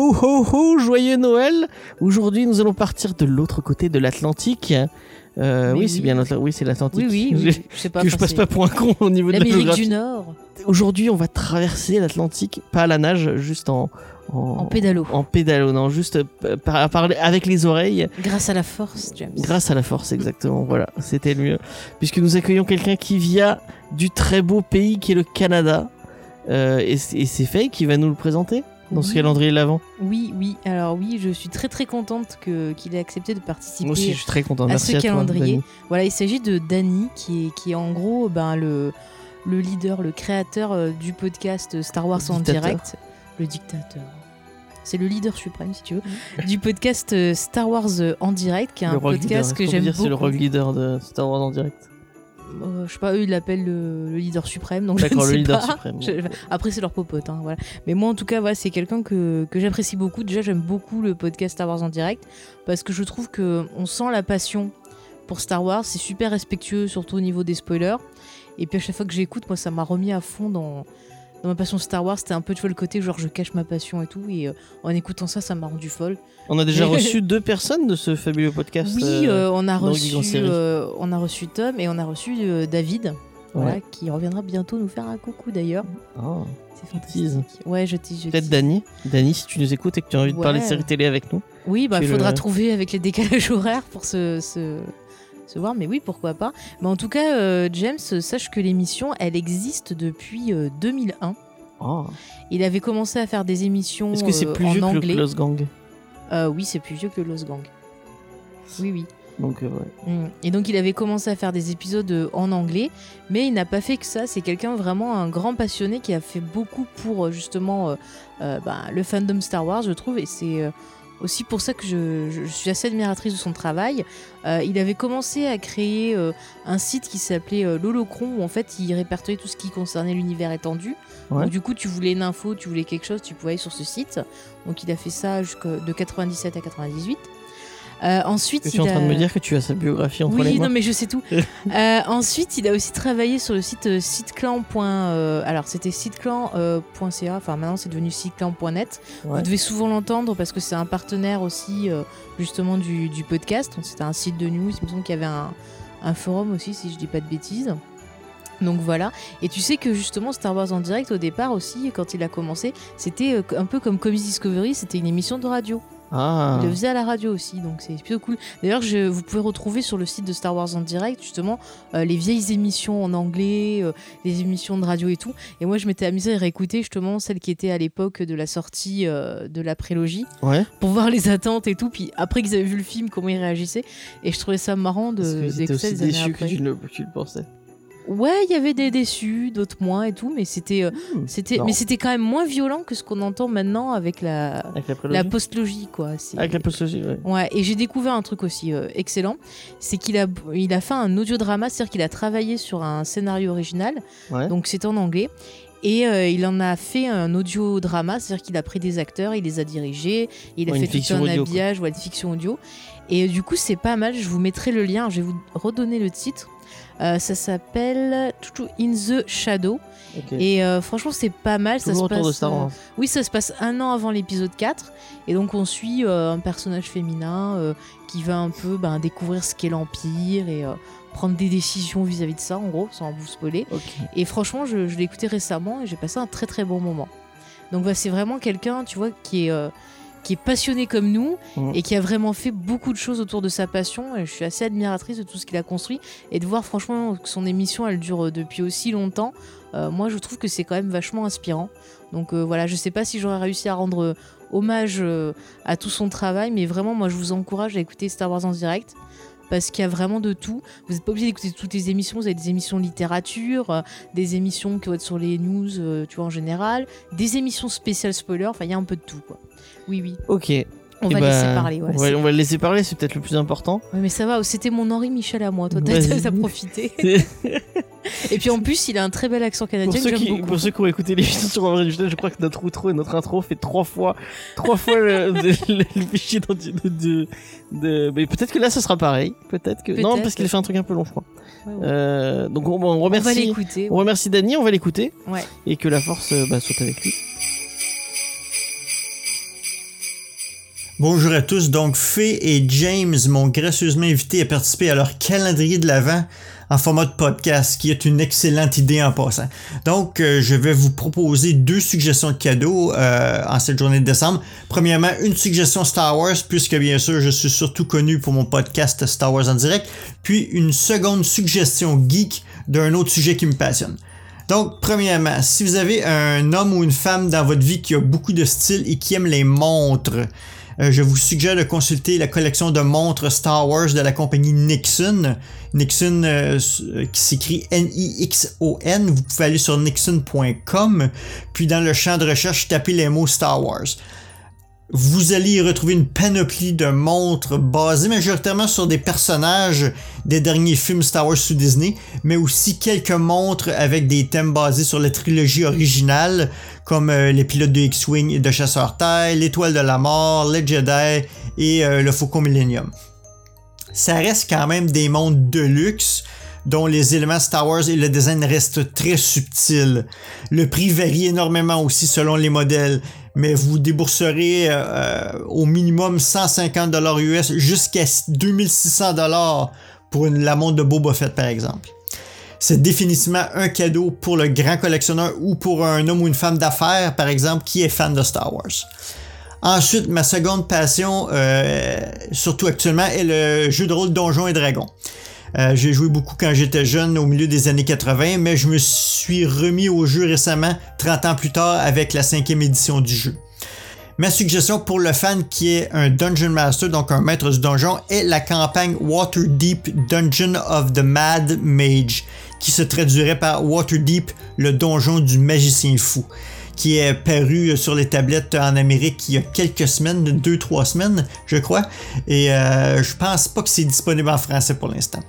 Ho ho ho, joyeux Noël. Aujourd'hui, nous allons partir de l'autre côté de l'Atlantique. Oui, c'est bien oui, c'est l'Atlantique. Oui. Je sais pas. Que je passe pas pour un con au niveau de la l'Amérique géographie. du Nord. Aujourd'hui, on va traverser l'Atlantique, pas à la nage, juste en pédalo. En pédalo, non, juste avec les oreilles. Grâce à la force, James. Grâce à la force, exactement. Voilà, c'était le mieux. Puisque nous accueillons quelqu'un qui vient du très beau pays qui est le Canada. Et c'est Faye qui va nous le présenter dans ce calendrier de l'Avent. Oui. Alors oui, je suis très très contente qu'il ait accepté de participer. Moi aussi, je suis très contente. Merci à ce calendrier. Toi, voilà, il s'agit de Danny qui est en gros le leader, le créateur du podcast Star Wars en direct. Le dictateur. C'est le leader suprême, si tu veux, du podcast Star Wars en direct, qui est un podcast que j'aime beaucoup. C'est le rogue leader de Star Wars en direct. Je sais pas, eux ils l'appellent le leader suprême, donc d'accord, je ne sais le leader pas. Suprême. Après c'est leur popote, hein, voilà. Mais moi en tout cas, voilà, c'est quelqu'un que j'apprécie beaucoup. Déjà j'aime beaucoup le podcast Star Wars en direct parce que je trouve que on sent la passion pour Star Wars. C'est super respectueux, surtout au niveau des spoilers. Et puis à chaque fois que j'écoute, moi ça m'a remis à fond dans ma passion Star Wars. C'était un peu, tu vois, le côté genre je cache ma passion et tout, et en écoutant ça m'a rendu folle. On a déjà reçu 2 personnes de ce fabuleux podcast. Oui, on a reçu Tom et on a reçu David, voilà, qui reviendra bientôt nous faire un coucou d'ailleurs. Oh, c'est fantastique. Ouais, je tease. Peut-être Dany, si tu nous écoutes et que tu as envie de parler de séries télé avec nous. Oui, il faudra trouver avec les décalages horaires pour se voir, mais oui, pourquoi pas. Mais en tout cas, James, sache que l'émission, elle existe depuis 2001. Oh. Il avait commencé à faire des émissions en anglais. Est-ce que c'est plus vieux que le Lost Gang ? Oui, c'est plus vieux que le Lost Gang. Oui. Donc, ouais. Et donc, il avait commencé à faire des épisodes en anglais, mais il n'a pas fait que ça. C'est quelqu'un vraiment un grand passionné qui a fait beaucoup pour justement le fandom Star Wars, je trouve, et c'est aussi pour ça que je suis assez admiratrice de son travail. Il avait commencé à créer un site qui s'appelait l'Holocron, où en fait il répertoriait tout ce qui concernait l'univers étendu. Ouais. Donc du coup, tu voulais une info, tu voulais quelque chose, tu pouvais aller sur ce site. Donc il a fait ça de 97 à 98. Ensuite, tu es en train de me dire que tu as sa biographie entre les mains. Oui, non, mais je sais tout. Ensuite, il a aussi travaillé sur le site siteclan. Alors, c'était siteclan.ca. Enfin, maintenant, c'est devenu siteclan.net. Ouais. Vous devez souvent l'entendre parce que c'est un partenaire aussi, justement, du podcast. Donc, c'était un site de news. Il me semble qu'il y avait un forum aussi, si je dis pas de bêtises. Donc voilà, et tu sais que justement Star Wars en direct au départ aussi, quand il a commencé, c'était un peu comme Comedy Discovery, c'était une émission de radio. Il le faisait à la radio aussi, donc c'est plutôt cool. D'ailleurs, vous pouvez retrouver sur le site de Star Wars en direct justement les vieilles émissions en anglais, les émissions de radio et tout. Et moi, je m'étais amusée à réécouter justement celles qui étaient à l'époque de la sortie de la prélogie, pour voir les attentes et tout. Puis après qu'ils avaient vu le film, comment ils réagissaient. Et je trouvais ça marrant d'écouter aussi des années déçu après. Que tu le pensais. Ouais, il y avait des déçus, d'autres moins et tout, mais c'était quand même moins violent que ce qu'on entend maintenant avec la postlogie, quoi. Avec la postlogie, ouais. Ouais, et j'ai découvert un truc aussi excellent, c'est qu'il a fait un audiodrama, c'est-à-dire qu'il a travaillé sur un scénario original, donc c'est en anglais. Et il en a fait un audiodrama, c'est-à-dire qu'il a pris des acteurs, il les a dirigés, il a fait tout un habillage, une fiction audio. Et du coup, c'est pas mal, je vous mettrai le lien, je vais vous redonner le titre. Ça s'appelle In the Shadow. Et franchement c'est pas mal. Toujours autour de Star Wars. Oui, ça se passe 1 an avant l'épisode 4. Et donc on suit un personnage féminin qui va un peu découvrir ce qu'est l'Empire et prendre des décisions vis-à-vis de ça, en gros, sans vous spoiler. Et franchement je l'ai écouté récemment et j'ai passé un très très bon moment. Donc c'est vraiment quelqu'un, tu vois, qui est passionné comme nous et qui a vraiment fait beaucoup de choses autour de sa passion, et je suis assez admiratrice de tout ce qu'il a construit, et de voir franchement que son émission elle dure depuis aussi longtemps, moi je trouve que c'est quand même vachement inspirant. Donc voilà, je sais pas si j'aurais réussi à rendre hommage à tout son travail, mais vraiment moi je vous encourage à écouter Star Wars en direct, parce qu'il y a vraiment de tout. Vous n'êtes pas obligé d'écouter toutes les émissions. Vous avez des émissions de littérature, des émissions qui vont être sur les news, tu vois, en général, des émissions spéciales spoilers. Enfin, il y a un peu de tout, quoi. Oui. Ok. On va laisser parler. Ouais, on va le laisser parler, c'est peut-être le plus important. Ouais, mais ça va, c'était mon Henri Michel à moi. Toi, t'as profité. Et puis en plus, il a un très bel accent canadien. Pour ceux qui ont écouté l'émission sur Henri Michel, je crois que notre outro et notre intro fait 3 fois le fichier mais peut-être que là, ça sera pareil. Non, parce qu'il a fait un truc un peu long, je crois. Ouais. Donc on remercie. On va l'écouter. On remercie Danny, on va l'écouter. Ouais. Et que la force soit avec lui. Bonjour à tous, donc Faye et James m'ont gracieusement invité à participer à leur calendrier de l'Avent en format de podcast, qui est une excellente idée en passant. Donc, je vais vous proposer 2 suggestions de cadeaux en cette journée de décembre. Premièrement, une suggestion Star Wars, puisque bien sûr, je suis surtout connu pour mon podcast Star Wars en direct, puis une seconde suggestion geek d'un autre sujet qui me passionne. Donc, premièrement, si vous avez un homme ou une femme dans votre vie qui a beaucoup de style et qui aime les montres, je vous suggère de consulter la collection de montres Star Wars de la compagnie Nixon. Nixon qui s'écrit Nixon. Vous pouvez aller sur nixon.com, puis dans le champ de recherche, tapez les mots Star Wars. Vous allez y retrouver une panoplie de montres basées majoritairement sur des personnages des derniers films Star Wars sous Disney, mais aussi quelques montres avec des thèmes basés sur la trilogie originale, comme les pilotes de X-Wing et de Chasseur-Taille, l'Étoile de la Mort, les Jedi et le Faucon Millennium. Ça reste quand même des montres de luxe, dont les éléments Star Wars et le design restent très subtils. Le prix varie énormément aussi selon les modèles, mais vous débourserez au minimum 150$ US jusqu'à 2600$ pour la montre de Boba Fett par exemple. C'est définitivement un cadeau pour le grand collectionneur ou pour un homme ou une femme d'affaires par exemple qui est fan de Star Wars. Ensuite, ma seconde passion, surtout actuellement, est le jeu de rôle Donjons et Dragons. J'ai joué beaucoup quand j'étais jeune, au milieu des années 80, mais je me suis remis au jeu récemment, 30 ans plus tard, avec la 5e édition du jeu. Ma suggestion pour le fan qui est un Dungeon Master, donc un maître du donjon, est la campagne Waterdeep Dungeon of the Mad Mage, qui se traduirait par Waterdeep, le donjon du magicien fou, qui est paru sur les tablettes en Amérique il y a quelques semaines, 2-3 semaines, je crois. Et je pense pas que c'est disponible en français pour l'instant.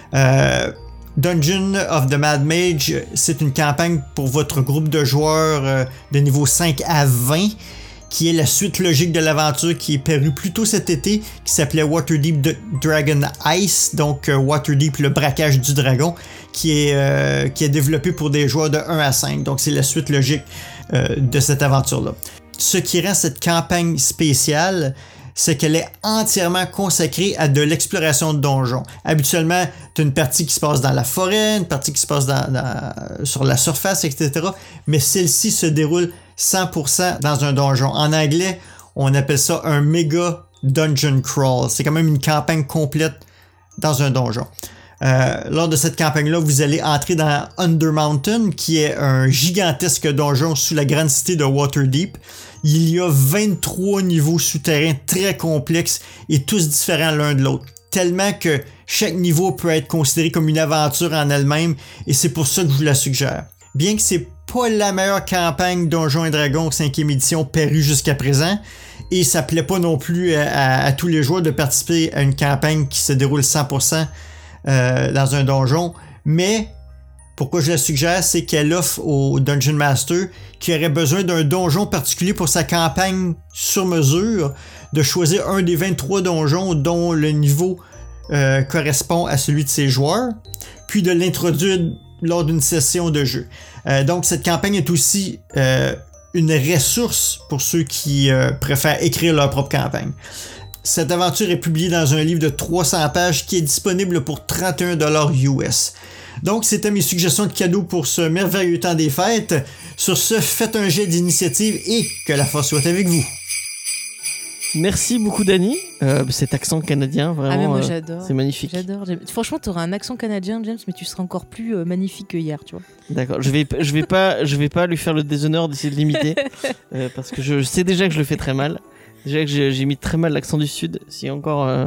Dungeon of the Mad Mage, c'est une campagne pour votre groupe de joueurs de niveau 5 à 20, qui est la suite logique de l'aventure qui est parue plus tôt cet été, qui s'appelait Waterdeep Dragon Ice, donc Waterdeep, le braquage du dragon, qui est développé pour des joueurs de 1 à 5. Donc c'est la suite logique de cette aventure-là. Ce qui rend cette campagne spéciale, c'est qu'elle est entièrement consacrée à de l'exploration de donjons. Habituellement, tu as une partie qui se passe dans la forêt, une partie qui se passe sur la surface, etc. Mais celle-ci se déroule 100% dans un donjon. En anglais, on appelle ça un méga dungeon crawl. C'est quand même une campagne complète dans un donjon. Lors de cette campagne-là, vous allez entrer dans Undermountain, qui est un gigantesque donjon sous la grande cité de Waterdeep. Il y a 23 niveaux souterrains très complexes et tous différents l'un de l'autre. Tellement que chaque niveau peut être considéré comme une aventure en elle-même, et c'est pour ça que je vous la suggère. Bien que c'est pas la meilleure campagne Donjons et Dragons 5e édition parue jusqu'à présent, et ça plaît pas non plus à tous les joueurs de participer à une campagne qui se déroule 100% dans un donjon, mais pourquoi je la suggère, c'est qu'elle offre au Dungeon Master qui aurait besoin d'un donjon particulier pour sa campagne sur mesure, de choisir un des 23 donjons dont le niveau correspond à celui de ses joueurs, puis de l'introduire lors d'une session de jeu. Donc cette campagne est aussi une ressource pour ceux qui préfèrent écrire leur propre campagne. Cette aventure est publiée dans un livre de 300 pages qui est disponible pour 31$ US. Donc, c'était mes suggestions de cadeaux pour ce merveilleux temps des fêtes. Sur ce, faites un jet d'initiative et que la force soit avec vous. Merci beaucoup, Dany. Cet accent canadien, vraiment, mais moi, j'adore. C'est magnifique. J'adore. Franchement, tu auras un accent canadien, James, mais tu seras encore plus magnifique que hier, tu vois. D'accord. Je vais pas lui faire le déshonneur d'essayer de l'imiter, parce que je sais déjà que je le fais très mal. Déjà que j'imite très mal l'accent du Sud. Si encore...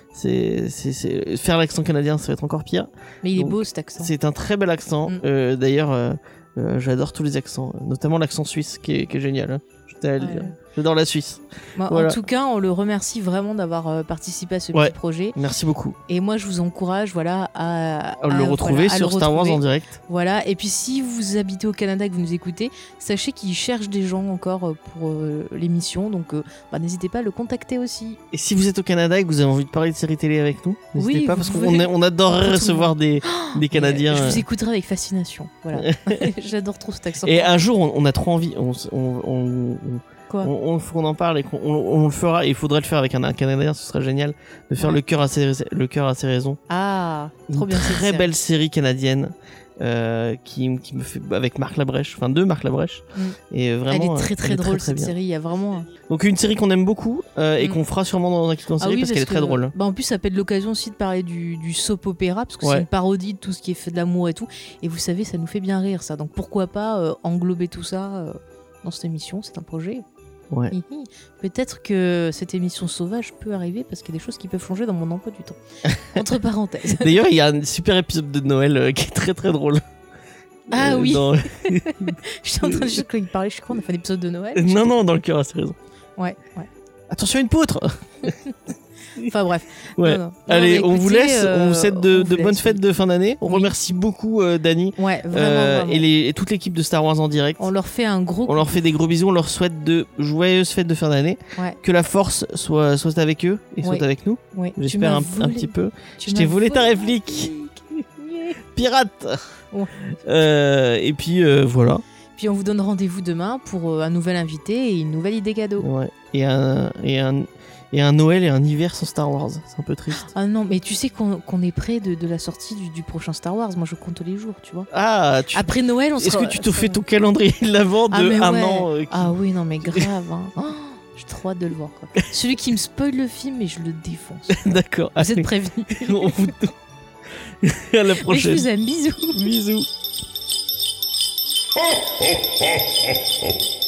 faire l'accent canadien, ça va être encore pire. Mais il est beau cet accent. C'est un très bel accent. D'ailleurs, j'adore tous les accents, notamment l'accent suisse qui est génial. Hein. J'adore la Suisse. Voilà. En tout cas, on le remercie vraiment d'avoir participé à ce petit projet. Merci beaucoup. Et moi, je vous encourage à le retrouver sur Star Wars en direct. Voilà. Et puis, si vous habitez au Canada et que vous nous écoutez, sachez qu'ils cherchent des gens encore pour l'émission. Donc, n'hésitez pas à le contacter aussi. Et si vous êtes au Canada et que vous avez envie de parler de séries télé avec nous, n'hésitez pas parce qu'on adorerait recevoir des Canadiens. Je vous écouterai avec fascination. Voilà. J'adore trop cet accent. Et un jour, on a trop envie. Quoi ? Faut qu'on en parle et on le fera. Et il faudrait le faire avec un Canadien, ce serait génial de faire le cœur à ses raisons. Ah, trop bien. Une très belle série canadienne. Qui me fait avec Marc Labrèche, enfin de Marc Labrèche, et vraiment elle est très drôle cette série. Il y a vraiment donc une série qu'on aime beaucoup et qu'on fera sûrement dans un kit en série parce qu'elle est très drôle. En plus ça peut être l'occasion aussi de parler du soap opéra parce que c'est une parodie de tout ce qui est fait de l'amour et tout, et vous savez ça nous fait bien rire ça, donc pourquoi pas englober tout ça dans cette émission. C'est un projet. Ouais. Peut-être que cette émission sauvage peut arriver parce qu'il y a des choses qui peuvent changer dans mon emploi du temps. Entre parenthèses. D'ailleurs, il y a un super épisode de Noël qui est très très drôle. Ah oui. J'étais en train de juste quand il parlait, je sais quoi, on a fait un épisode de Noël. Non, dans le cœur à ses raisons. Ouais. Attention, une poutre. Enfin bref. Ouais. Non. Allez, écoutez, on vous laisse. On vous souhaite de bonnes fêtes de fin d'année. On Oui. remercie beaucoup Dany. Ouais, vraiment. Et toute l'équipe de Star Wars en direct. On leur fait un gros. On leur fait des gros bisous. On leur souhaite de joyeuses fêtes de fin d'année. Ouais. Que la force soit avec eux et soit avec nous. Ouais. J'espère un petit peu. Je t'ai volé ta réplique. Pirate. Ouais. Et puis voilà. Puis on vous donne rendez-vous demain pour un nouvel invité et une nouvelle idée cadeau. Ouais. Et un Noël et un hiver sans Star Wars. C'est un peu triste. Ah non, mais tu sais qu'on est près de la sortie du prochain Star Wars. Moi, je compte les jours, tu vois. Ah, après Noël, Est-ce que tu te fais ton calendrier de l'avant de un an Ah oui, non, mais grave. Hein. Oh, j'ai trop hâte de le voir. Quoi. Celui qui me spoil le film, mais je le défonce. D'accord. Vous êtes prévenus. À la prochaine. Mais je vous aime. Bisous. Bisous. Ho, ho, ho, ho, ho.